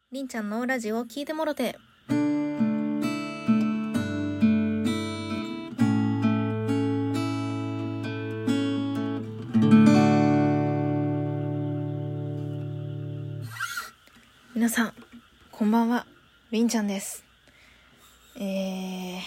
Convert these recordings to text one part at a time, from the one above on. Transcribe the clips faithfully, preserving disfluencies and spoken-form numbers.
りんちゃんのラジオ聞いてもろて。皆さんこんばんは、りんちゃんです。えー、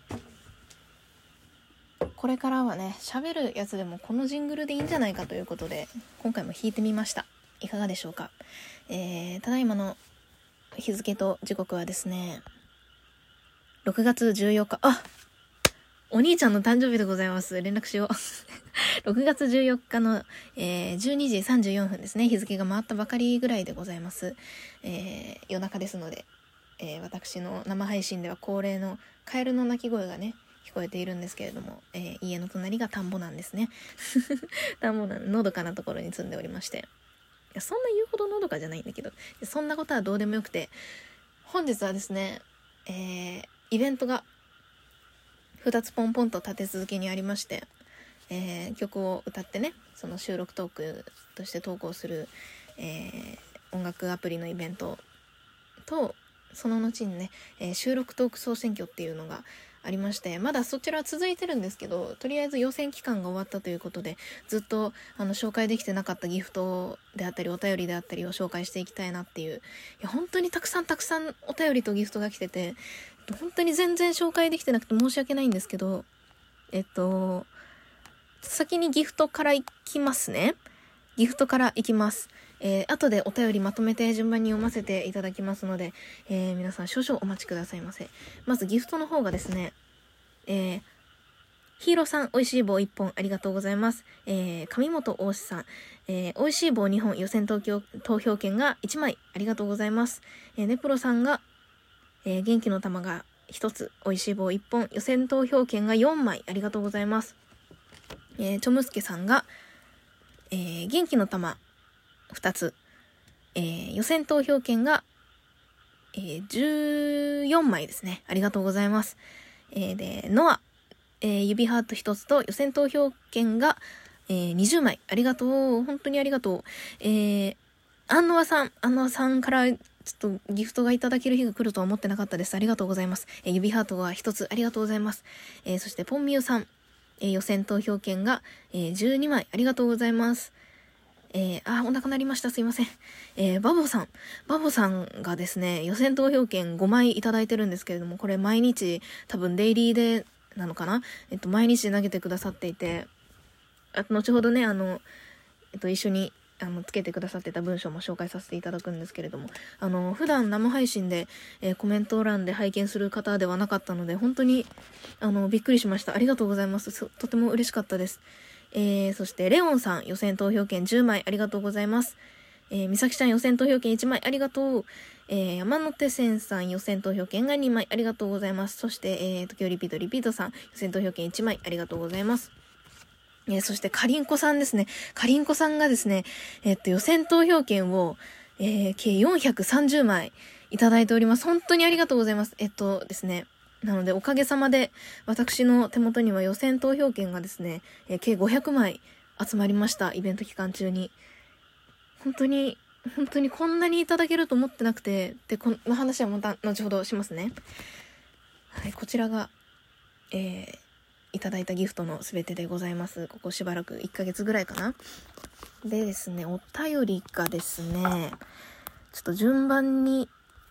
これからはね、喋るやつでもこのジングルでいいんじゃないかということで今回も弾いてみました。いかがでしょうか。えー、ただいまの日付と時刻はですね、ろくがつじゅうよっか、あ、お兄ちゃんの誕生日でございます。連絡しようろくがつじゅうよっかの、えー、じゅうにじさんじゅうよんぷんですね。日付が回ったばかりぐらいでございます。えー、夜中ですので、えー、私の生配信では恒例のカエルの鳴き声がね聞こえているんですけれども、えー、家の隣が田んぼなんですね田んぼなのどかなところに住んでおりまして、いやそんな言うほどのどかじゃないんだけど、そんなことはどうでもよくて、本日はですね、えー、イベントがふたつポンポンと立て続けにありまして、えー、曲を歌ってね、その収録トークとして投稿する、えー、音楽アプリのイベントと、その後にね、えー、収録トーク総選挙っていうのがありまして、まだそちらは続いてるんですけど、とりあえず予選期間が終わったということで、ずっとあの紹介できてなかったギフトであったりお便りであったりを紹介していきたいなっていう、いや本当にたくさんたくさんお便りとギフトが来てて、本当に全然紹介できてなくて申し訳ないんですけど、えっと先にギフトからいきますね。ギフトからいきます。えー、後でお便りまとめて順番に読ませていただきますので、えー、皆さん少々お待ちくださいませ。まずギフトの方がですね、えー、ヒーローさん、おいしい棒いっぽんありがとうございます。えー、上本大志さん、えー、おいしい棒にほん予選投票、投票券がいちまいありがとうございます。えー、ネプロさんが、えー、元気の玉がひとつ、おいしい棒いっぽん予選投票券がよんまいありがとうございます。えー、ちょむすけさんが、えー、元気の玉ふたつ、えー、予選投票券が、えー、じゅうよんまいですね。ありがとうございます。えー、で、ノア、えー、指ハートひとつと予選投票券が、えー、にじゅうまい。ありがとう。本当にありがとう。えー、アンノアさん、アンノアさんからちょっとギフトがいただける日が来るとは思ってなかったです。ありがとうございます。えー、指ハートはひとつありがとうございます。えー、そしてポンミューさん、えー、予選投票券が、えー、じゅうにまいありがとうございます。えー、あ、お腹鳴りました。すいません。えー、バボさん。バボさんがですね、予選投票券ごまいいただいてるんですけれども、これ毎日、多分デイリーで、なのかなえっと、毎日投げてくださっていて、あと、後ほどね、あの、えっと、一緒に、あの、つけてくださってた文章も紹介させていただくんですけれども、あの、普段生配信で、えー、コメント欄で拝見する方ではなかったので、本当に、あの、びっくりしました。ありがとうございます。とても嬉しかったです。えー、そしてレオンさん予選投票券じゅうまいありがとうございます。えー、みさきちゃん予選投票券いちまいありがとう。えー、山手線さん予選投票券がにまいありがとうございます。そして、えー、時折リピートリピートさん予選投票券いちまいありがとうございます。えー、そしてかりんこさんですね。かりんこさんがですね、えー、っと予選投票券を、えー、計よんひゃくさんじゅうまいいただいております。本当にありがとうございます。えっとですね。なのでおかげさまで私の手元には予選投票券がですね、えー、計ごひゃくまい集まりました。イベント期間中に。本当に、本当にこんなにいただけると思ってなくて、で、この話はまた後ほどしますね。はい、こちらが、えー、いただいたギフトのすべてでございます。ここしばらくいっかげつぐらいかな。でですね、お便りがですね、ちょっと順番に、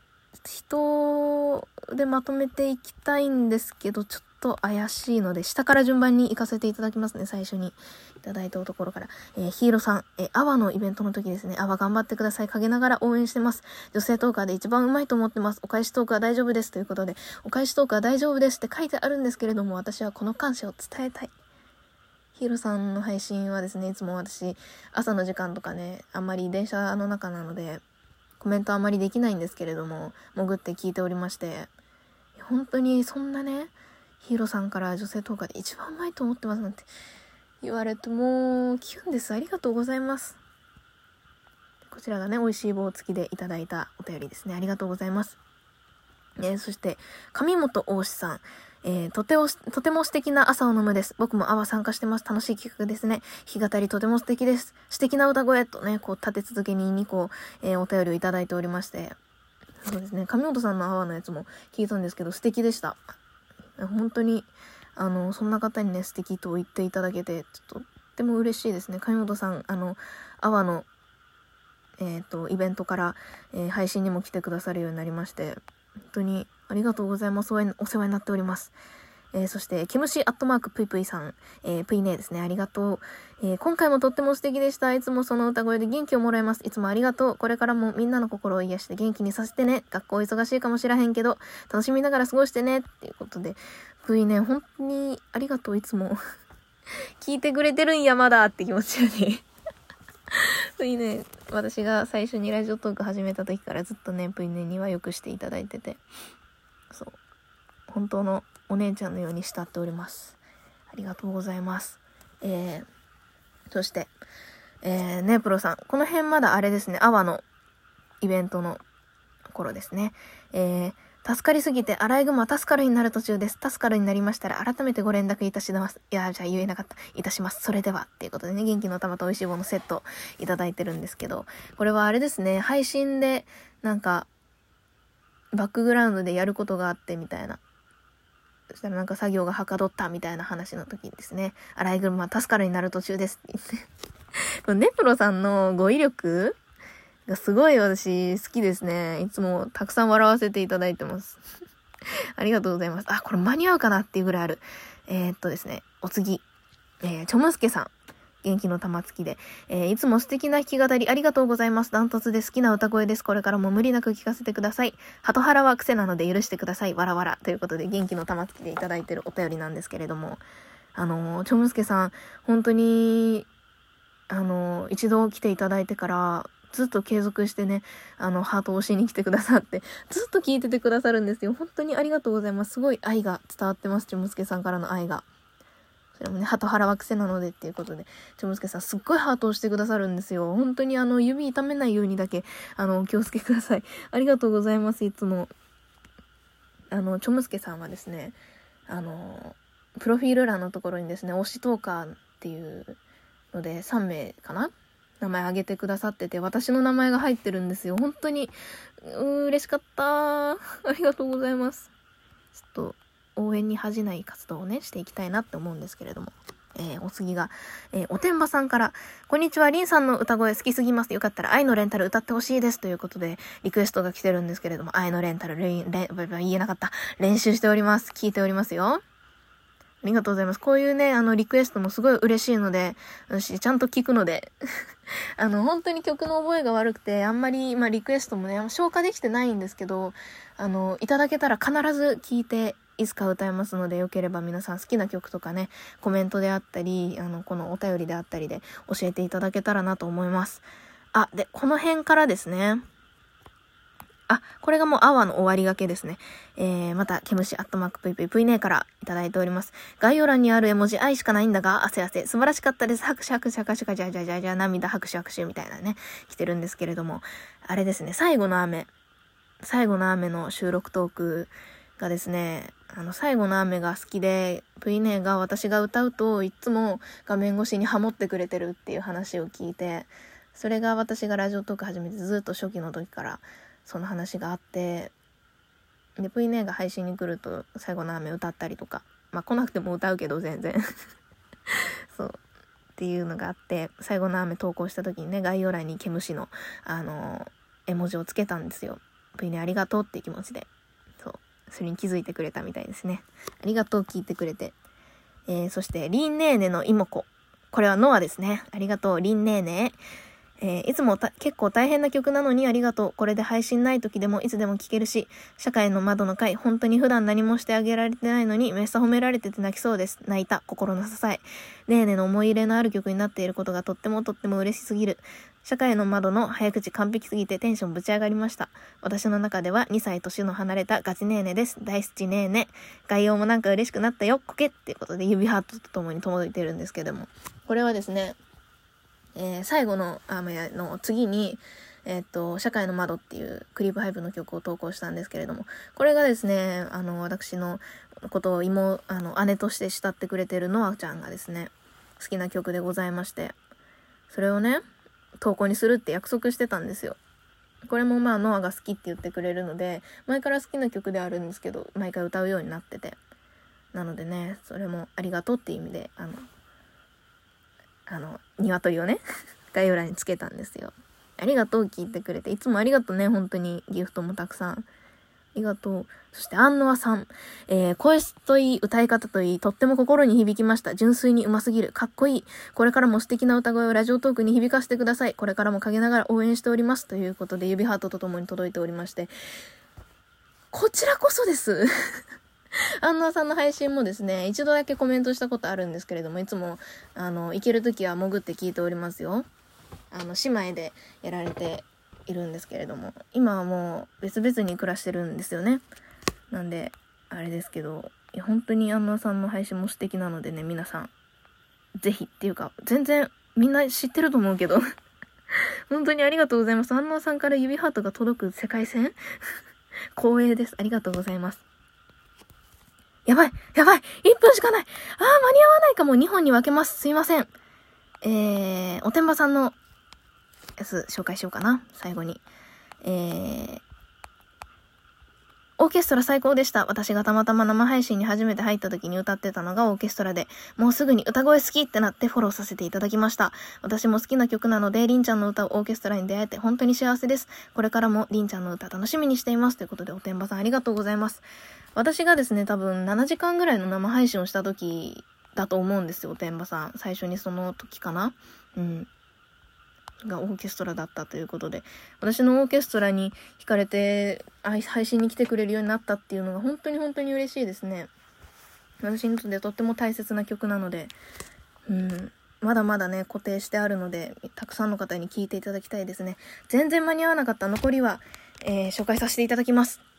人でまとめていきたいんですけど、ちょっと怪しいので、下から順番に行かせていただきますね。最初にいただいたところから。えー、ヒーローさん、えー、アワのイベントの時ですね。アワ頑張ってください。陰ながら応援してます。女性トーカーで一番うまいと思ってます。お返しトークは大丈夫です。ということで、お返しトークは大丈夫ですって書いてあるんですけれども、私はこの感謝を伝えたい。ヒーローさんの配信はですね、いつも私、朝の時間とかね、あんまり電車の中なので、コメントあまりできないんですけれども、潜って聞いておりまして、本当にそんなね、ヒーローさんから女性トーカーで一番うまいと思ってますなんて言われてもうキュンです。ありがとうございます。こちらがね、美味しい棒付きでいただいたお便りですね。ありがとうございます。えー、そして上本大志さん、えー、とてもとても素敵な朝を飲むです。僕もアワ参加してます。楽しい企画ですね。弾き語りとても素敵です。素敵な歌声とね、こう立て続けににこ、えー、お便りをいただいておりまして、 そうですね、上本さんのアワーのやつも聞いたんですけど、素敵でした。本当に、あの、そんな方にね、素敵と言っていただけて、ちょっと、とっても嬉しいですね。上本さん、あの、アワーの、えっと、イベントから、えー、配信にも来てくださるようになりまして、本当にありがとうございます。お世話になっております。えー、そして、ケムシアットマークぷいぷいさん、えー、ぷいねーですね。ありがとう。えー、今回もとっても素敵でした。いつもその歌声で元気をもらえます。いつもありがとう。これからもみんなの心を癒して元気にさせてね。学校忙しいかもしらへんけど、楽しみながら過ごしてね。っていうことで、ぷいねー、本当にありがとう。いつも。聞いてくれてるんや、まだって気持ちよね。ぷいねー、私が最初にラジオトーク始めた時からずっとね、ぷいねーにはよくしていただいてて、そう。本当のお姉ちゃんのように慕っております。ありがとうございます。えー、そして、えー、ねプロさん。この辺まだあれですね、アワのイベントの頃ですね。えー、助かりすぎてアライグマ助かるになる途中です。助かるになりましたら改めてご連絡いたします。いや、じゃあ言えなかった。いたします。それでは。っていうことでね、元気の玉と美味しい棒のセットいただいてるんですけど、これはあれですね、配信でなんか、バックグラウンドでやることがあってみたいな。そしたらなんか作業がはかどったみたいな話の時にですね、アライグマ助かるになる途中ですって言って。このネプロさんの語彙力がすごい私好きですね。いつもたくさん笑わせていただいてます。ありがとうございます。あ、これ間に合うかなっていうぐらいある。えー、っとですね、お次。えー、ちょむすけさん。元気の玉突きで、えー、いつも素敵な弾き語りありがとうございます。ダントツで好きな歌声です。これからも無理なく聞かせてください。ハトハラは癖なので許してください。わらわら。ということで、元気の玉突きでいただいてるお便りなんですけれども、あのー、ちょむすけさん、本当に、あのー、一度来ていただいてから、ずっと継続してね、あの、ハートを押しに来てくださって、ずっと聞いててくださるんですよ。本当にありがとうございます。すごい愛が伝わってます。ちょむすけさんからの愛が。それもね、ハトハラは癖なのでっていうことで、ちょむすけさんすっごいハートをしてくださるんですよ。本当にあの、指痛めないようにだけ、あの、お気をつけください。ありがとうございます、いつも。あの、ちょむすけさんはですね、あの、プロフィール欄のところにですね、推しトーカーっていうのでさんめいかな名前挙げてくださってて、私の名前が入ってるんですよ。本当に、う嬉しかった。ありがとうございます。ちょっと、応援に恥じない活動をね、していきたいなって思うんですけれども。えー、お次が、えー、おてんばさんから、こんにちは、りんさんの歌声好きすぎます。よかったら愛のレンタル歌ってほしいです。ということで、リクエストが来てるんですけれども、愛のレンタル、レン、レン、言えなかった。練習しております。聞いておりますよ。ありがとうございます。こういうね、あの、リクエストもすごい嬉しいので、私、ちゃんと聞くので、あの、本当に曲の覚えが悪くて、あんまり、まあ、リクエストもね、消化できてないんですけど、あの、いただけたら必ず聞いて、いつか歌いますので、よければ皆さん好きな曲とかね、コメントであったり、あの、このお便りであったりで教えていただけたらなと思います。あ、で、この辺からですね、あ、これがもうアワーの終わりがけですね。えー、また、ケムシアットマークぷいぷいぷいねーからいただいております。概要欄にある絵文字、愛しかないんだが、汗汗、素晴らしかったです。拍手拍手拍手拍手、じゃじゃじゃじゃ、涙拍手拍手みたいなね、来てるんですけれども、あれですね、最後の雨、最後の雨の収録トークがですね、あの、最後の雨が好きで、ぷいねーが私が歌うといつも画面越しにハモってくれてるっていう話を聞いて、それが私がラジオトーク始めてずっと初期の時からその話があって、で、ぷいねーが配信に来ると最後の雨歌ったりとか、まあ来なくても歌うけど全然。そう。っていうのがあって、最後の雨投稿した時にね、概要欄にケムシの、あのー、絵文字をつけたんですよ。ぷいねーありがとうっていう気持ちで。それに気づいてくれたみたいですね。ありがとう、聞いてくれて。えー、そして、リンネーネのイモコ。これはノアですね。ありがとう、リンネーネー。えー、いつもた結構大変な曲なのにありがとう。これで配信ない時でもいつでも聴けるし、社会の窓の回、本当に普段何もしてあげられてないのにめっさ褒められてて泣きそうです。泣いた、心の支え。ネーネの思い入れのある曲になっていることがとってもとっても嬉しすぎる。社会の窓の早口完璧すぎてテンションぶち上がりました。私の中ではにさい年の離れたガチネーネです。大好きネーネ。概要もなんか嬉しくなったよ。コケっていうことで指ハートとともに届いてるんですけども。これはですね、えー、最後の雨の次に、えー、っと、社会の窓っていうクリープハイブの曲を投稿したんですけれども、これがですね、あの、私のことを妹、あの、姉として慕ってくれてるノアちゃんがですね、好きな曲でございまして、それをね、投稿にするって約束してたんですよ。 これもまあノアが好きって言ってくれるので、前から好きな曲であるんですけど、毎回歌うようになってて、なのでね、それもありがとうっていう意味で、あのあの鶏をね概要欄につけたんですよ。ありがとう聞いてくれて、いつもありがとうね、本当にギフトもたくさんありがとう。そしてアンノアさん、えー、声質といい、歌い方といい、とっても心に響きました。純粋にうますぎる、かっこいい。これからも素敵な歌声をラジオトークに響かせてください。これからも陰ながら応援しております、ということで指ハートとともに届いておりまして、こちらこそですアンノアさんの配信もですね、一度だけコメントしたことあるんですけれども、いつもあの行けるときは潜って聞いておりますよ。あの姉妹でやられているんですけれども、今はもう別々に暮らしてるんですよね。なんであれですけど、いや本当にアンナさんの配信も素敵なのでね、皆さんぜひっていうか、全然みんな知ってると思うけど本当にありがとうございます。アンナさんから指ハートが届く世界線光栄です。ありがとうございます。やばいやばいいっぷんしかない。あー間に合わないかも。にほんに分けます。すいません。えー、おてんばさんのやつ紹介しようかな、最後に。えー、オーケストラ最高でした。私がたまたま生配信に初めて入った時に歌ってたのがオーケストラで、もうすぐに歌声好きってなってフォローさせていただきました。私も好きな曲なので、りんちゃんの歌をオーケストラに出会えて本当に幸せです。これからもりんちゃんの歌楽しみにしています。ということで、おてんばさんありがとうございます。私がですね、多分ななじかんぐらいの生配信をした時だと思うんですよ、おてんばさん。最初にその時かな、うんがオーケストラだったということで、私のオーケストラに惹かれて配信に来てくれるようになったっていうのが本当に本当に嬉しいですね。私にとってとっても大切な曲なので、うん、まだまだね固定してあるので、たくさんの方に聴いていただきたいですね。全然間に合わなかった残りは、えー、紹介させていただきます。